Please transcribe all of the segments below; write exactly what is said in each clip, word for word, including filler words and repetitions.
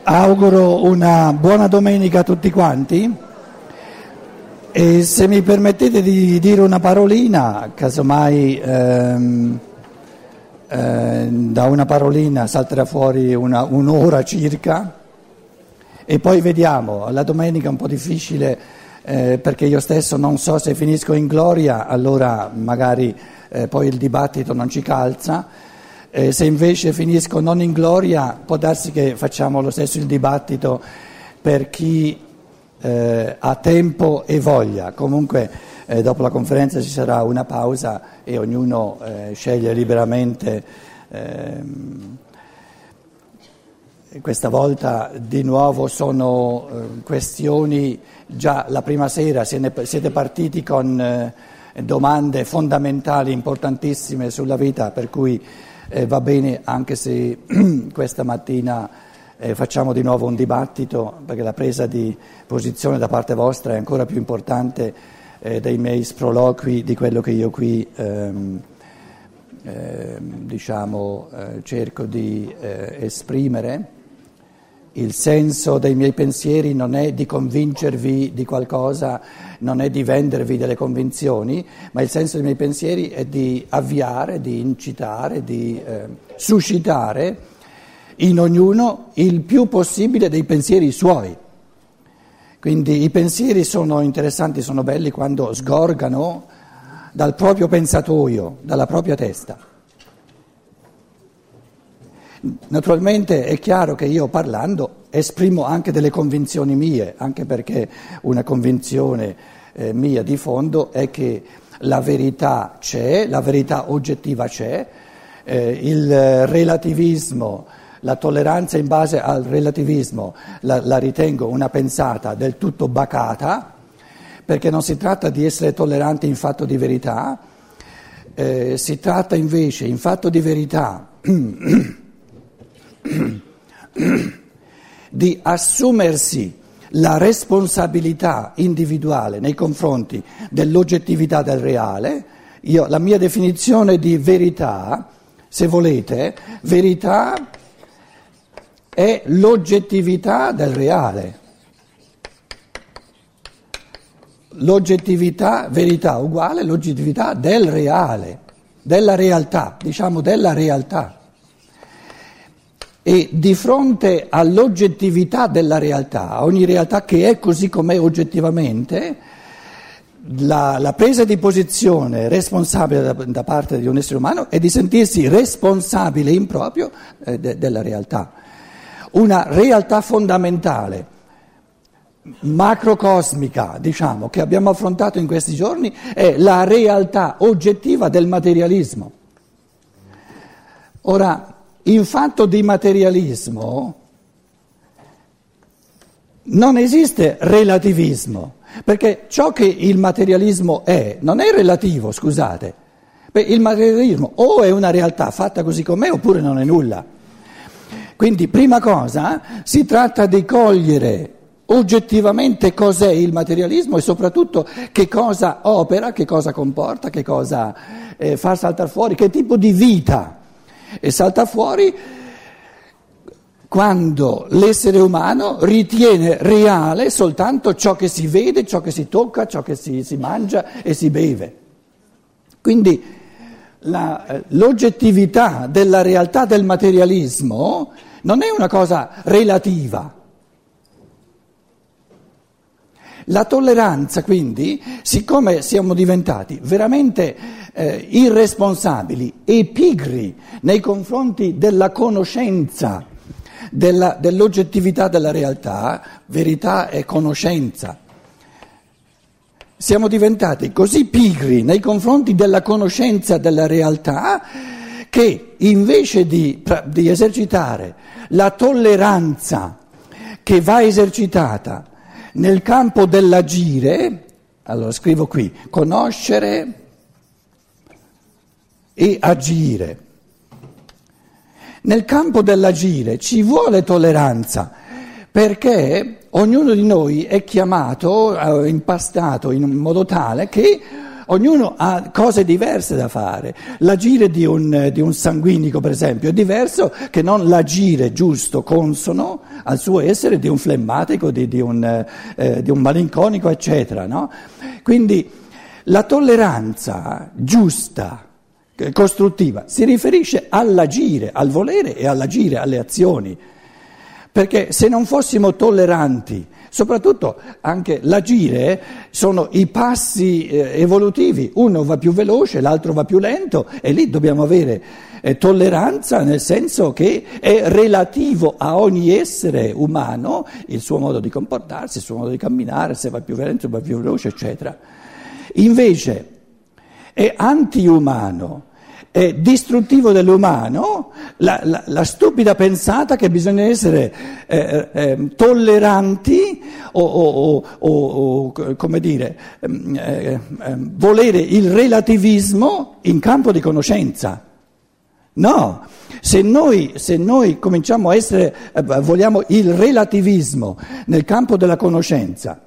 Auguro una buona domenica a tutti quanti e se mi permettete di dire una parolina, casomai ehm, eh, da una parolina salterà fuori una, un'ora circa e poi vediamo. La domenica è un po' difficile eh, perché io stesso non so se finisco in gloria, allora magari eh, poi il dibattito non ci calza. Eh, se invece finisco non in gloria, può darsi che facciamo lo stesso il dibattito per chi eh, ha tempo e voglia. Comunque eh, dopo la conferenza ci sarà una pausa e ognuno eh, sceglie liberamente. Ehm, questa volta di nuovo sono eh, questioni, già la prima sera siete partiti con eh, domande fondamentali, importantissime sulla vita, per cui Eh, va bene anche se questa mattina eh, facciamo di nuovo un dibattito, perché la presa di posizione da parte vostra è ancora più importante eh, dei miei sproloqui, di quello che io qui ehm, eh, diciamo eh, cerco di eh, esprimere. Il senso dei miei pensieri non è di convincervi di qualcosa, non è di vendervi delle convinzioni, ma il senso dei miei pensieri è di avviare, di incitare, di eh, suscitare in ognuno il più possibile dei pensieri suoi. Quindi i pensieri sono interessanti, sono belli quando sgorgano dal proprio pensatoio, dalla propria testa. Naturalmente è chiaro che io parlando esprimo anche delle convinzioni mie, anche perché una convinzione eh, mia di fondo è che la verità c'è, la verità oggettiva c'è, eh, il relativismo, la tolleranza in base al relativismo la, la ritengo una pensata del tutto bacata, perché non si tratta di essere tolleranti in fatto di verità, eh, si tratta invece in fatto di verità di assumersi la responsabilità individuale nei confronti dell'oggettività del reale. Io, la mia definizione di verità, se volete, verità è l'oggettività del reale. L'oggettività, verità uguale l'oggettività del reale, della realtà, diciamo della realtà. E di fronte all'oggettività della realtà, a ogni realtà che è così com'è oggettivamente, la, la presa di posizione responsabile da, da parte di un essere umano è di sentirsi responsabile in proprio eh, de, della realtà. Una realtà fondamentale, macrocosmica, diciamo, che abbiamo affrontato in questi giorni è la realtà oggettiva del materialismo. Ora, in fatto di materialismo non esiste relativismo, perché ciò che il materialismo è non è relativo, scusate. Beh, il materialismo o è una realtà fatta così com'è oppure non è nulla. Quindi, prima cosa, si tratta di cogliere oggettivamente cos'è il materialismo e soprattutto che cosa opera, che cosa comporta, che cosa eh, fa saltare fuori, che tipo di vita. E salta fuori quando l'essere umano ritiene reale soltanto ciò che si vede, ciò che si tocca, ciò che si, si mangia e si beve. Quindi la, l'oggettività della realtà del materialismo non è una cosa relativa. La tolleranza, quindi, siccome siamo diventati veramente eh, irresponsabili e pigri nei confronti della conoscenza, della, dell'oggettività della realtà, verità è conoscenza, siamo diventati così pigri nei confronti della conoscenza della realtà che invece di, di esercitare la tolleranza che va esercitata nel campo dell'agire, allora scrivo qui, conoscere e agire. Nel campo dell'agire ci vuole tolleranza, perché ognuno di noi è chiamato, impastato in modo tale che ognuno ha cose diverse da fare. L'agire di un, di un sanguinico, per esempio, è diverso che non l'agire giusto, consono al suo essere di un flemmatico, di, di, un, eh, di un malinconico, eccetera, no? Quindi la tolleranza giusta, costruttiva, si riferisce all'agire, al volere e all'agire, alle azioni. Perché se non fossimo tolleranti, soprattutto anche l'agire sono i passi eh, evolutivi, uno va più veloce, l'altro va più lento e lì dobbiamo avere eh, tolleranza, nel senso che è relativo a ogni essere umano il suo modo di comportarsi, il suo modo di camminare, se va più lento, se va più veloce, eccetera. Invece è antiumano, è distruttivo dell'umano la, la, la stupida pensata che bisogna essere eh, eh, tolleranti o, o, o, o come dire, eh, eh, volere il relativismo in campo di conoscenza. No, se noi, se noi cominciamo a essere, eh, vogliamo il relativismo nel campo della conoscenza,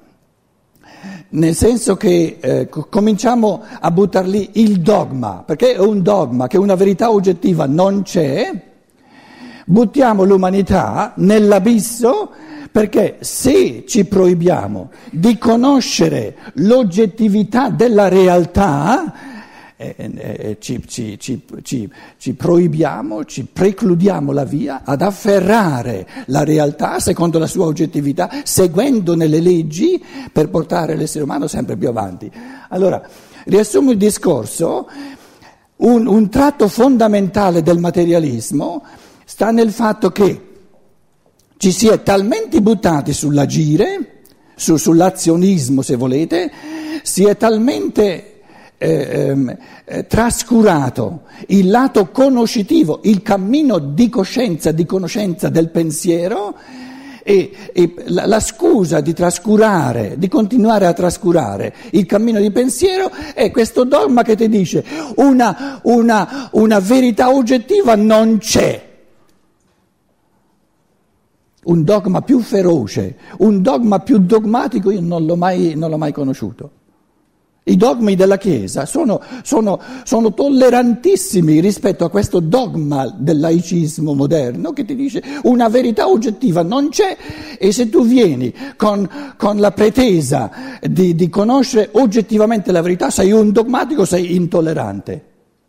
nel senso che eh, cominciamo a buttar lì il dogma, perché è un dogma che una verità oggettiva non c'è, buttiamo l'umanità nell'abisso, perché se ci proibiamo di conoscere l'oggettività della realtà, eh, eh, ci, ci, ci, ci, ci proibiamo, ci precludiamo la via ad afferrare la realtà secondo la sua oggettività, seguendone le leggi per portare l'essere umano sempre più avanti. Allora, riassumo il discorso, un, un tratto fondamentale del materialismo sta nel fatto che ci si è talmente buttati sull'agire, su, sull'azionismo se volete, si è talmente Eh, eh, trascurato il lato conoscitivo, il cammino di coscienza, di conoscenza del pensiero e, e la, la scusa di trascurare, di continuare a trascurare il cammino di pensiero è questo dogma che ti dice una, una, una verità oggettiva non c'è. Un dogma più feroce, un dogma più dogmatico io non l'ho mai, non l'ho mai conosciuto. I dogmi della Chiesa sono, sono, sono tollerantissimi rispetto a questo dogma del laicismo moderno che ti dice una verità oggettiva non c'è e se tu vieni con, con la pretesa di, di conoscere oggettivamente la verità sei un dogmatico, sei intollerante.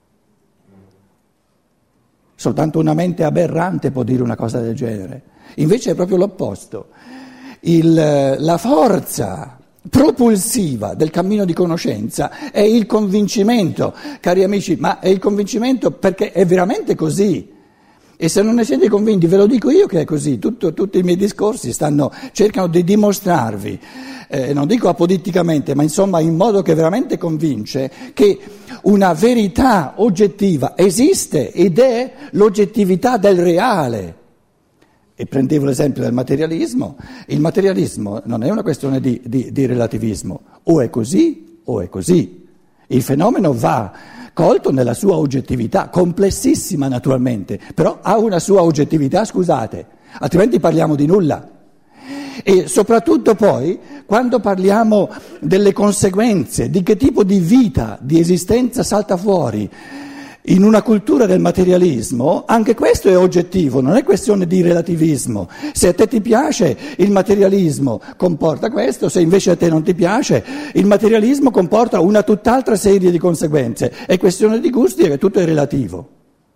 Soltanto una mente aberrante può dire una cosa del genere. Invece è proprio l'opposto. Il, la forza propulsiva del cammino di conoscenza è il convincimento, cari amici, ma è il convincimento perché è veramente così. E se non ne siete convinti, ve lo dico io che è così. Tutto, tutti i miei discorsi stanno, cercano di dimostrarvi, eh, non dico apoditticamente, ma insomma in modo che veramente convince che una verità oggettiva esiste ed è l'oggettività del reale. E prendevo l'esempio del materialismo, il materialismo non è una questione di, di, di relativismo, o è così o è così, il fenomeno va colto nella sua oggettività, complessissima naturalmente, però ha una sua oggettività, scusate, altrimenti parliamo di nulla. E soprattutto poi, quando parliamo delle conseguenze, di che tipo di vita, di esistenza salta fuori, in una cultura del materialismo, anche questo è oggettivo, non è questione di relativismo. Se a te ti piace, il materialismo comporta questo, se invece a te non ti piace, il materialismo comporta una tutt'altra serie di conseguenze. È questione di gusti e tutto è relativo.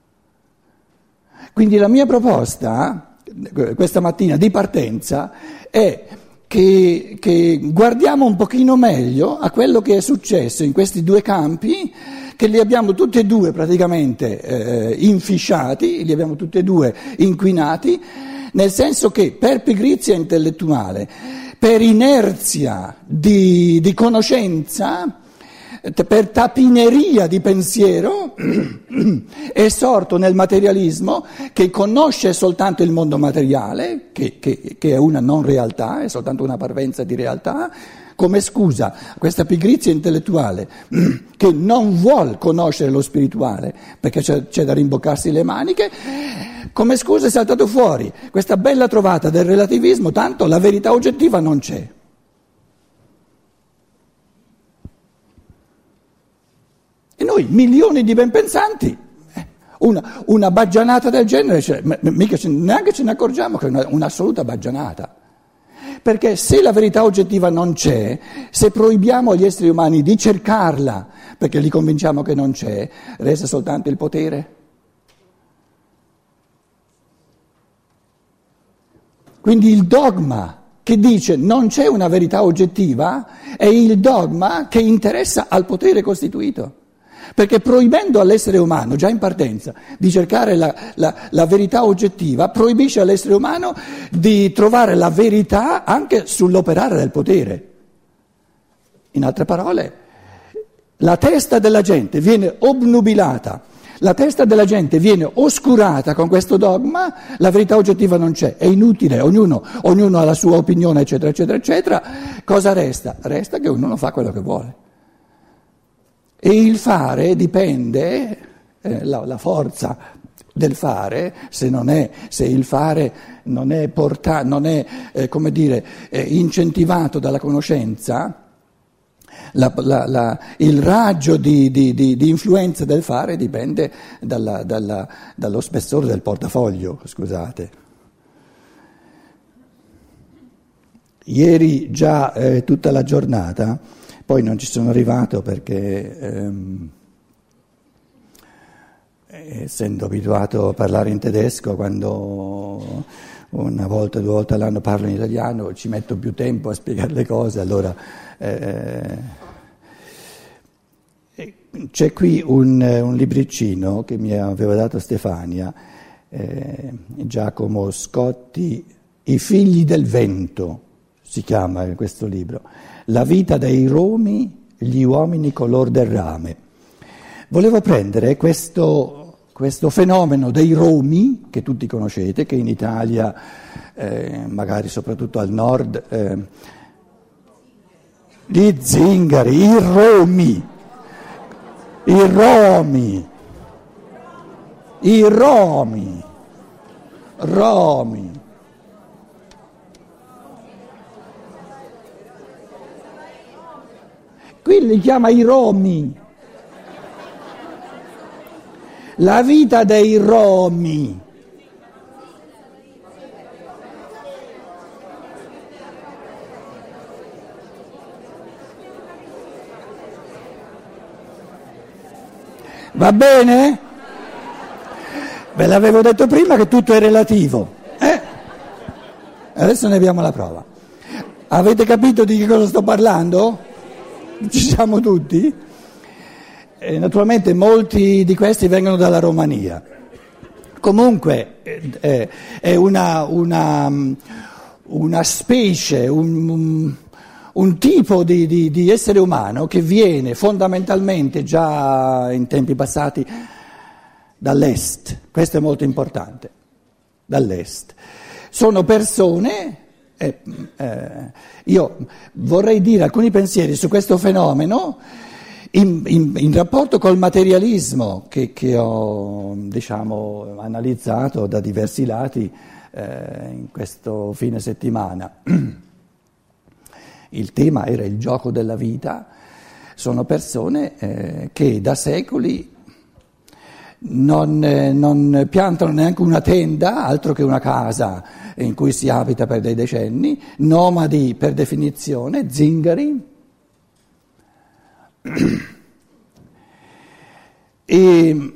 Quindi la mia proposta, questa mattina di partenza, è che, che guardiamo un pochino meglio a quello che è successo in questi due campi, che li abbiamo tutti e due praticamente eh, infisciati, li abbiamo tutti e due inquinati, nel senso che per pigrizia intellettuale, per inerzia di, di conoscenza, per tapineria di pensiero, è sorto nel materialismo che conosce soltanto il mondo materiale, che, che, che è una non realtà, è soltanto una parvenza di realtà, come scusa questa pigrizia intellettuale che non vuol conoscere lo spirituale perché c'è, c'è da rimboccarsi le maniche, come scusa è saltato fuori questa bella trovata del relativismo, tanto la verità oggettiva non c'è. E noi, milioni di ben pensanti, eh, una, una baggianata del genere, cioè, mica ce, neanche ce ne accorgiamo che è una, un'assoluta baggianata. Perché se la verità oggettiva non c'è, se proibiamo agli esseri umani di cercarla, perché li convinciamo che non c'è, resta soltanto il potere. Quindi il dogma che dice non c'è una verità oggettiva è il dogma che interessa al potere costituito. Perché proibendo all'essere umano, già in partenza, di cercare la, la, la verità oggettiva, proibisce all'essere umano di trovare la verità anche sull'operare del potere. In altre parole, la testa della gente viene obnubilata, la testa della gente viene oscurata con questo dogma, la verità oggettiva non c'è, è inutile, ognuno, ognuno ha la sua opinione, eccetera, eccetera, eccetera. Cosa resta? Resta che ognuno fa quello che vuole. E il fare dipende, eh, la, la forza del fare, se, non è, se il fare non è, porta, non è eh, come dire, eh, incentivato dalla conoscenza, la, la, la, il raggio di, di, di, di influenza del fare dipende dalla, dalla, dallo spessore del portafoglio, scusate. Ieri già eh, tutta la giornata. Poi non ci sono arrivato perché, ehm, essendo abituato a parlare in tedesco, quando una volta, due volte all'anno parlo in italiano, ci metto più tempo a spiegare le cose, allora eh, c'è qui un, un libricino che mi aveva dato Stefania, eh, Giacomo Scotti, I figli del vento, si chiama questo libro. La vita dei Romi, gli uomini color del rame. Volevo prendere questo, questo fenomeno dei Romi, che tutti conoscete, che in Italia, eh, magari soprattutto al nord, eh, gli zingari, i Romi, i Romi, i Romi, Romi. Qui li chiama i Romi, la vita dei Romi. Va bene? Ve l'avevo detto prima che tutto è relativo. Eh? Adesso ne abbiamo la prova. Avete capito di che cosa sto parlando? Ci siamo tutti? E naturalmente molti di questi vengono dalla Romania. Comunque eh, è una, una, una specie, un, un, un tipo di, di, di essere umano che viene fondamentalmente già in tempi passati dall'est. Questo è molto importante, dall'est. Sono persone... Eh, eh, io vorrei dire alcuni pensieri su questo fenomeno in, in, in rapporto col materialismo che, che ho, diciamo, analizzato da diversi lati eh, in questo fine settimana. Il tema era il gioco della vita. Sono persone eh, che da secoli Non, eh, non piantano neanche una tenda, altro che una casa in cui si abita per dei decenni, nomadi per definizione, zingari. E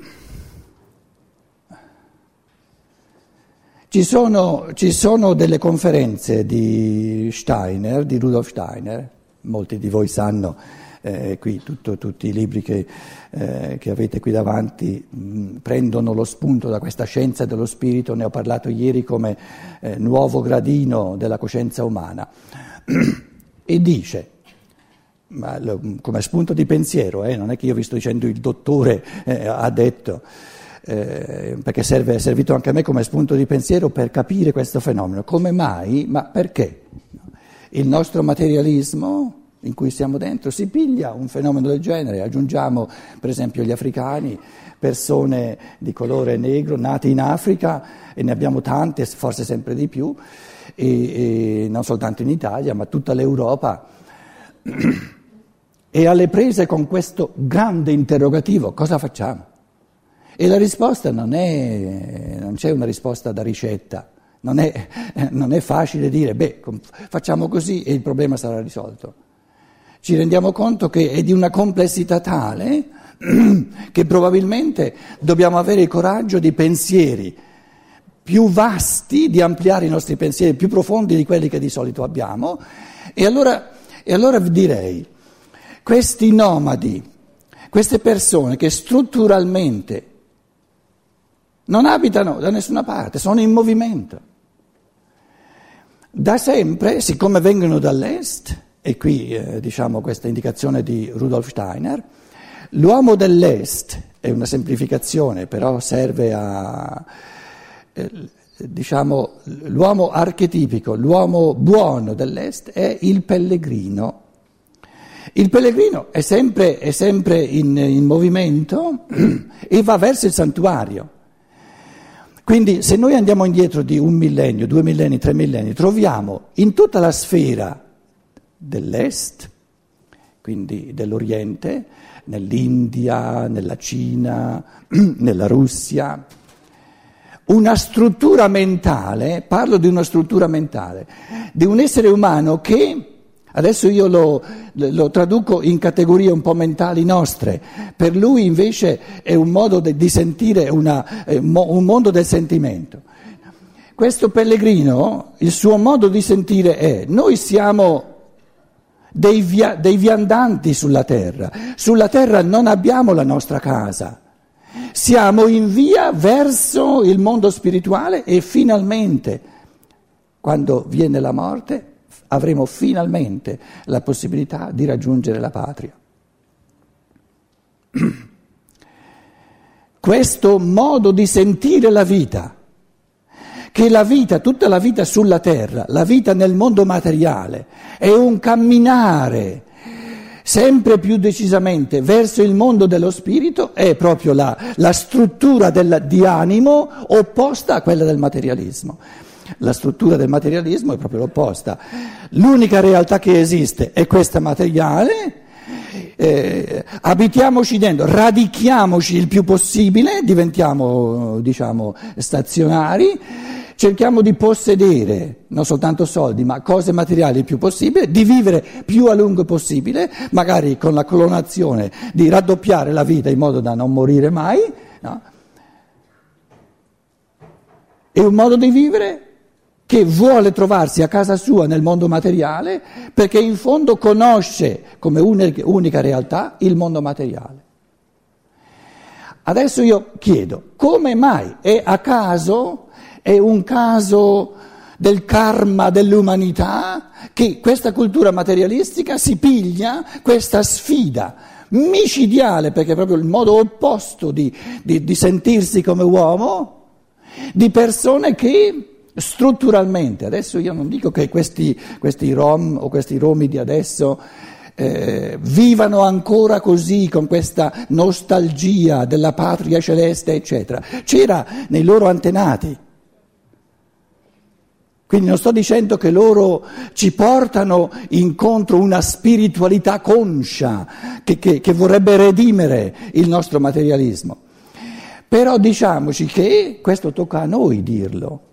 ci sono, ci sono delle conferenze di Steiner, di Rudolf Steiner, molti di voi sanno. Eh, qui tutto, tutti i libri che, eh, che avete qui davanti mh, prendono lo spunto da questa scienza dello spirito, ne ho parlato ieri come eh, nuovo gradino della coscienza umana, e dice, ma lo, come spunto di pensiero, eh, non è che io vi sto dicendo il dottore eh, ha detto, eh, perché serve, è servito anche a me come spunto di pensiero per capire questo fenomeno, come mai, ma perché il nostro materialismo in cui siamo dentro, si piglia un fenomeno del genere, aggiungiamo per esempio gli africani, persone di colore negro nate in Africa, e ne abbiamo tante, forse sempre di più, e, e non soltanto in Italia, ma tutta l'Europa e alle prese con questo grande interrogativo, cosa facciamo? E la risposta non è, non c'è una risposta da ricetta, non è, non è facile dire, beh, facciamo così e il problema sarà risolto. Ci rendiamo conto che è di una complessità tale che probabilmente dobbiamo avere il coraggio di pensieri più vasti, di ampliare i nostri pensieri più profondi di quelli che di solito abbiamo. E allora, e allora direi, questi nomadi, queste persone che strutturalmente non abitano da nessuna parte, sono in movimento. Da sempre, siccome vengono dall'est, e qui eh, diciamo questa indicazione di Rudolf Steiner, l'uomo dell'est, è una semplificazione, però serve a, eh, diciamo, l'uomo archetipico, l'uomo buono dell'est è il pellegrino. Il pellegrino è sempre, è sempre in, in movimento e va verso il santuario. Quindi se noi andiamo indietro di un millennio, due millenni, tre millenni, troviamo in tutta la sfera dell'est, quindi dell'Oriente, nell'India, nella Cina, nella Russia, una struttura mentale, parlo di una struttura mentale, di un essere umano che, adesso io lo, lo traduco in categorie un po' mentali nostre, per lui invece è un modo de, di sentire, una, un mondo del sentimento. Questo pellegrino, il suo modo di sentire è, noi siamo dei, via, dei viandanti sulla terra, sulla terra non abbiamo la nostra casa, siamo in via verso il mondo spirituale e finalmente, quando viene la morte, avremo finalmente la possibilità di raggiungere la patria. Questo modo di sentire la vita, che la vita, tutta la vita sulla terra, la vita nel mondo materiale, è un camminare sempre più decisamente verso il mondo dello spirito, è proprio la, la struttura del, di animo opposta a quella del materialismo. La struttura del materialismo è proprio l'opposta. L'unica realtà che esiste è questa materiale, eh, abitiamoci dentro, radichiamoci il più possibile, diventiamo, diciamo, stazionari, cerchiamo di possedere non soltanto soldi ma cose materiali il più possibile, di vivere più a lungo possibile, magari con la clonazione di raddoppiare la vita in modo da non morire mai, no? È un modo di vivere che vuole trovarsi a casa sua nel mondo materiale perché in fondo conosce come unica realtà il mondo materiale. Adesso io chiedo, come mai è a caso, è un caso del karma dell'umanità che questa cultura materialistica si piglia questa sfida micidiale, perché è proprio il modo opposto di, di, di sentirsi come uomo, di persone che strutturalmente, adesso io non dico che questi, questi rom o questi romi di adesso eh, vivano ancora così con questa nostalgia della patria celeste eccetera, c'era nei loro antenati, quindi non sto dicendo che loro ci portano incontro una spiritualità conscia che, che, che vorrebbe redimere il nostro materialismo, però diciamoci che questo tocca a noi dirlo,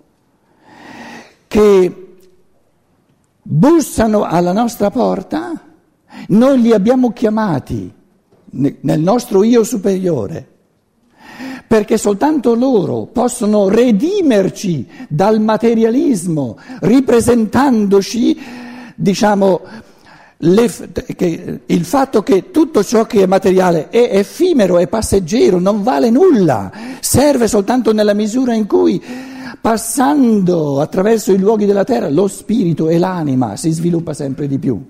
che bussano alla nostra porta, noi li abbiamo chiamati nel nostro io superiore, perché soltanto loro possono redimerci dal materialismo, ripresentandoci, diciamo, le, che, il fatto che tutto ciò che è materiale è effimero, è passeggero, non vale nulla, serve soltanto nella misura in cui, passando attraverso i luoghi della terra, lo spirito e l'anima si sviluppa sempre di più.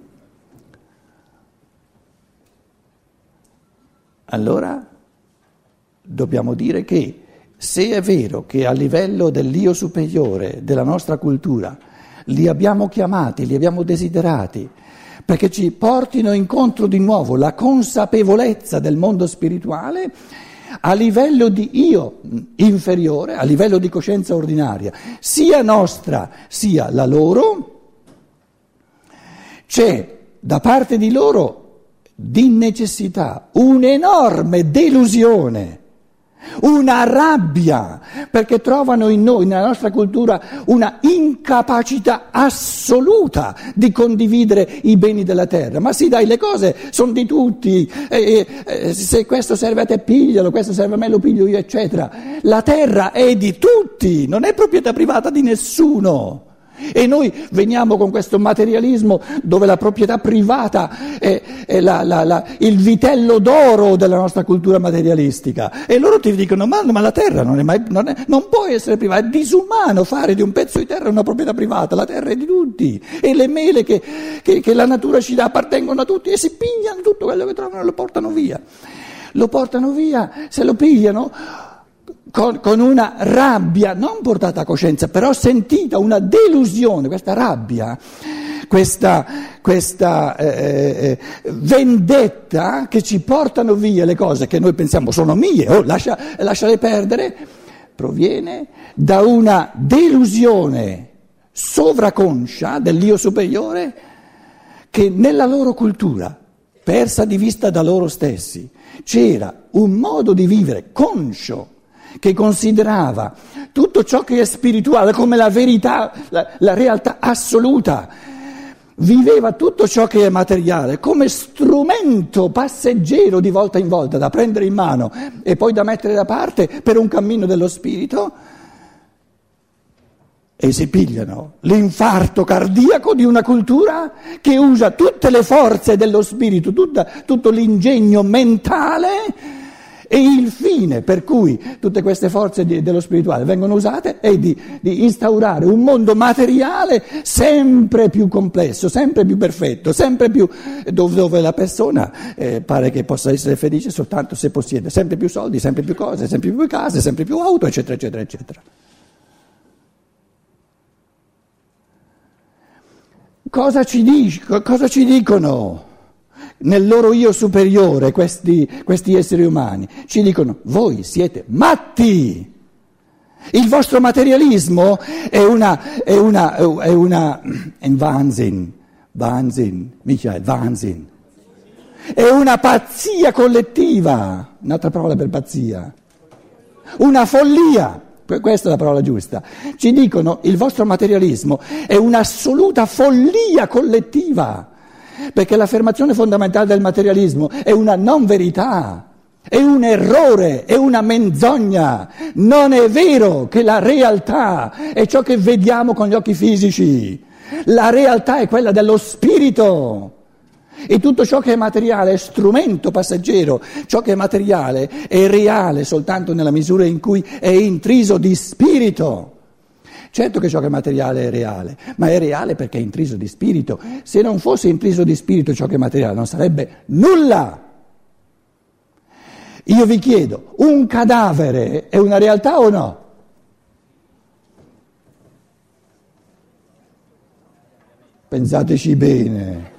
Allora dobbiamo dire che se è vero che a livello dell'io superiore della nostra cultura li abbiamo chiamati, li abbiamo desiderati, perché ci portino incontro di nuovo la consapevolezza del mondo spirituale, a livello di io inferiore, a livello di coscienza ordinaria, sia nostra sia la loro, c'è da parte di loro di necessità, un'enorme delusione, una rabbia, perché trovano in noi, nella nostra cultura, una incapacità assoluta di condividere i beni della terra. Ma sì, dai, le cose sono di tutti, e, e, se questo serve a te piglialo, questo serve a me lo piglio io, eccetera. La terra è di tutti, non è proprietà privata di nessuno. E noi veniamo con questo materialismo dove la proprietà privata è, è la, la, la, il vitello d'oro della nostra cultura materialistica, e loro ti dicono ma, ma la terra non, è mai, non, è, non può essere privata, è disumano fare di un pezzo di terra una proprietà privata, la terra è di tutti e le mele che, che, che la natura ci dà appartengono a tutti, e si pigliano tutto quello che trovano e lo portano via, lo portano via, se lo pigliano Con, con una rabbia non portata a coscienza, però sentita, una delusione, questa rabbia, questa, questa eh, vendetta che ci portano via le cose che noi pensiamo sono mie, oh, lascia, lasciale perdere, proviene da una delusione sovraconscia dell'io superiore che nella loro cultura, persa di vista da loro stessi, c'era un modo di vivere conscio che considerava tutto ciò che è spirituale come la verità, la, la realtà assoluta, viveva tutto ciò che è materiale come strumento passeggero di volta in volta da prendere in mano e poi da mettere da parte per un cammino dello spirito, e si pigliano l'infarto cardiaco di una cultura che usa tutte le forze dello spirito, tutta, tutto l'ingegno mentale. E il fine per cui tutte queste forze di, dello spirituale vengono usate è di, di instaurare un mondo materiale sempre più complesso, sempre più perfetto, sempre più dove, dove la persona eh, pare che possa essere felice soltanto se possiede sempre più soldi, sempre più cose, sempre più case, sempre più auto, eccetera, eccetera, eccetera. Cosa ci, dic- cosa ci dicono? Nel loro io superiore questi, questi esseri umani ci dicono: voi siete matti, il vostro materialismo è una, è una, è una, è Wahnsinn, Wahnsinn, Michael, Wahnsinn, è una pazzia collettiva, un'altra parola per pazzia, una follia, questa è la parola giusta. Ci dicono: il vostro materialismo è un'assoluta follia collettiva. Perché l'affermazione fondamentale del materialismo è una non verità, è un errore, è una menzogna. Non è vero che la realtà è ciò che vediamo con gli occhi fisici. La realtà è quella dello spirito. E tutto ciò che è materiale è strumento passeggero. Ciò che è materiale è reale soltanto nella misura in cui è intriso di spirito. Certo che ciò che è materiale è reale, ma è reale perché è intriso di spirito. Se non fosse intriso di spirito ciò che è materiale non sarebbe nulla. Io vi chiedo, un cadavere è una realtà o no? Pensateci bene.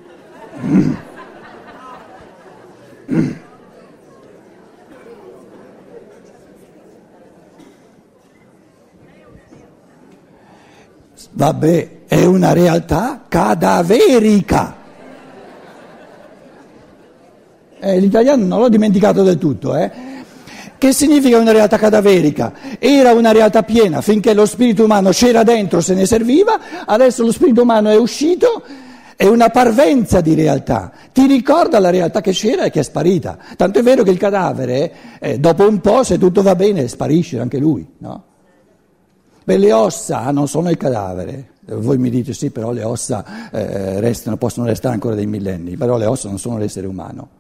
Vabbè, è una realtà cadaverica. Eh, l'italiano non l'ho dimenticato del tutto, eh. Che significa una realtà cadaverica? Era una realtà piena finché lo spirito umano c'era dentro, se ne serviva, adesso lo spirito umano è uscito, è una parvenza di realtà, ti ricorda la realtà che c'era e che è sparita. Tanto è vero che il cadavere, eh, dopo un po', se tutto va bene, sparisce anche lui, no? Beh, le ossa non sono il cadavere. Voi mi dite sì, però le ossa eh, restano, possono restare ancora dei millenni, però le ossa non sono l'essere umano.